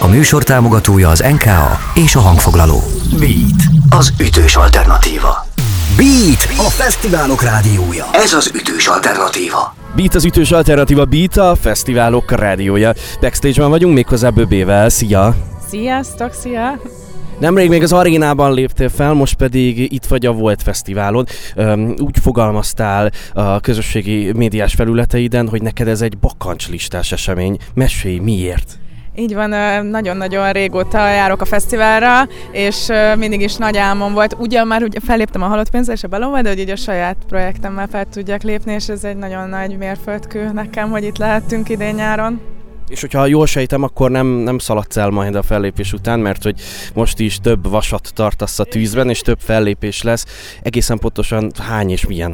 műsor támogatója az NKA és a hangfoglaló. Beat, az ütős alternatíva. Beat, a fesztiválok rádiója. Ez az ütős alternatíva. Beat, az ütős alternatíva, Beat, a fesztiválok rádiója. Backstage-ben vagyunk, méghozzá Böbével. Szia! Sziasztok, szia! Nemrég még az arénában léptél fel, most pedig itt vagy a Volt Fesztiválon. Úgy fogalmaztál a közösségi médiás felületeiden, hogy neked ez egy bakancslistás esemény. Mesélj, miért? Így van, nagyon-nagyon régóta járok a fesztiválra, és mindig is nagy álmom volt. Ugyan már felléptem a Halott pénzzel és a Balóval, de hogy így a saját projektemmel fel tudjak lépni, és ez egy nagyon nagy mérföldkő nekem, hogy itt lehettünk idén nyáron. És hogyha jól sejtem, akkor nem szaladsz el majd a fellépés után, mert hogy most is több vasat tartasz a tűzben, és több fellépés lesz. Egészen pontosan hány és milyen?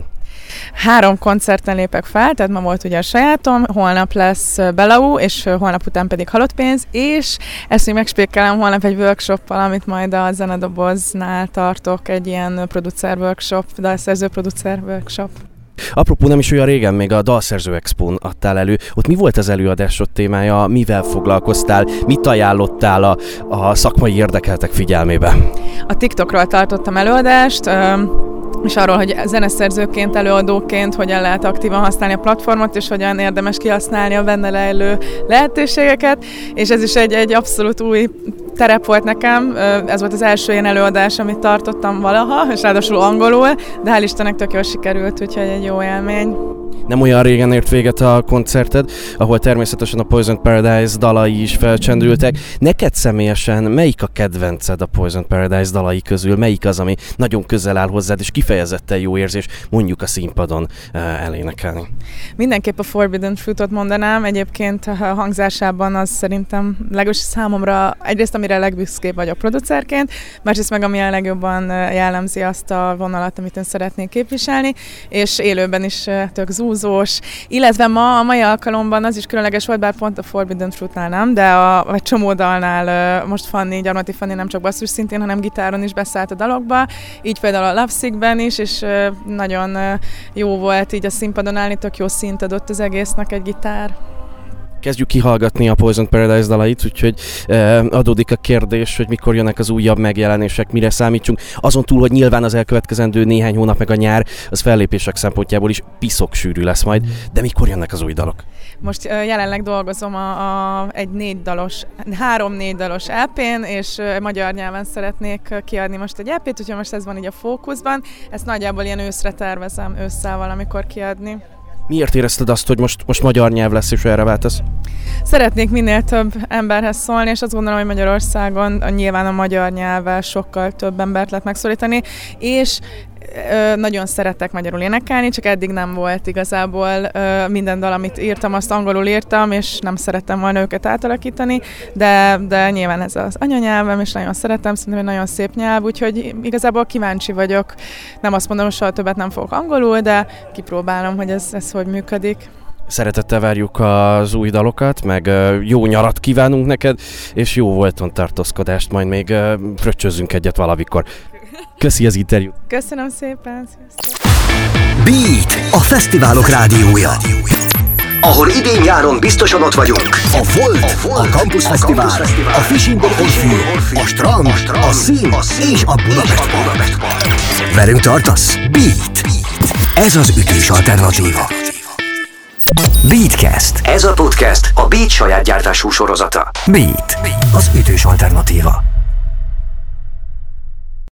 3 koncerten lépek fel, tehát ma volt ugye a sajátom, holnap lesz Belau, és holnap után pedig Halott pénz, és ezt még megspékelem holnap egy workshoppal, amit majd a Zenedoboznál tartok, egy ilyen producer workshop, dalszerző producer workshop. Apropó, nem is olyan régen még a Dalszerző Expón adtál elő. Ott mi volt az előadásod témája, mivel foglalkoztál, mit ajánlottál a szakmai érdekeltek figyelmébe? A TikTokról tartottam előadást, és arról, hogy zeneszerzőként, előadóként hogyan lehet aktívan használni a platformot, és hogyan érdemes kihasználni a benne lejlő lehetőségeket, és ez is egy abszolút új terep volt nekem. Ez volt az első ilyen előadás, amit tartottam valaha, és ráadásul angolul, de hál' Istennek tök jól sikerült, úgyhogy egy jó élmény. Nem olyan régen ért véget a koncerted, ahol természetesen a Poison Paradise dalai is felcsendültek. Neked személyesen melyik a kedvenced a Poison Paradise dalai közül? Melyik az, ami nagyon közel áll hozzád, és kifejezetten jó érzés mondjuk a színpadon elénekelni? Mindenképp a Forbidden Fruitot mondanám. Egyébként a hangzásában az szerintem legalábbis számomra egyrészt, amire legbüszkébb vagyok producerként, másrészt meg ami a legjobban jellemzi azt a vonalat, amit én szeretnék képviselni, és élőben is tök zúzós, illetve a mai alkalomban az is különleges volt, bár pont a Forbidden Fruitnál nem, de a csomó dalnál most Gyarmati Fanni nem csak basszus szintén, hanem gitáron is beszállt a dalokba, így például a Lovesickben is, és nagyon jó volt így a színpadon állni, tök jó szint adott az egésznek egy gitár. Kezdjük kihallgatni a Poison Paradise dalait, úgyhogy adódik a kérdés, hogy mikor jönnek az újabb megjelenések, mire számítsunk. Azon túl, hogy nyilván az elkövetkezendő néhány hónap meg a nyár, az fellépések szempontjából is piszok sűrű lesz majd, de mikor jönnek az új dalok? Most jelenleg dolgozom egy 3-4 dalos EP-n, és magyar nyelven szeretnék kiadni most egy EP-t, úgyhogy most ez van így a fókuszban. Ezt nagyjából ilyen őszre tervezem, ősszel valamikor kiadni. Miért érezted azt, hogy most magyar nyelv lesz, és erre váltasz? Szeretnék minél több emberhez szólni, és azt gondolom, hogy Magyarországon nyilván a magyar nyelvvel sokkal több embert lehet megszólítani, és nagyon szeretek magyarul énekelni, csak eddig nem volt igazából minden dal, amit írtam, azt angolul írtam, és nem szerettem volna őket átalakítani, de nyilván ez az anyanyelvem, és nagyon szeretem, szerintem egy nagyon szép nyelv, úgyhogy igazából kíváncsi vagyok. Nem azt mondom, hogy soha többet nem fogok angolul, de kipróbálom, hogy ez hogy működik. Szeretettel várjuk az új dalokat, meg jó nyarat kívánunk neked, és jó volton tartózkodást, majd még fröccsözzünk egyet valamikor. Köszi az interjút! Köszönöm szépen! Sziasztok. Beat, a fesztiválok rádiója. Ahol idén-nyáron biztosan ott vagyunk. A Volt, a Campus Fesztivál, a Fishing Orfű, a Strand, a Szín és a Budapest Park. Velünk tartasz? Beat. Ez az ütős alternatíva. Beatcast. Ez a podcast a Beat saját gyártású sorozata. Beat, az ütős alternatíva.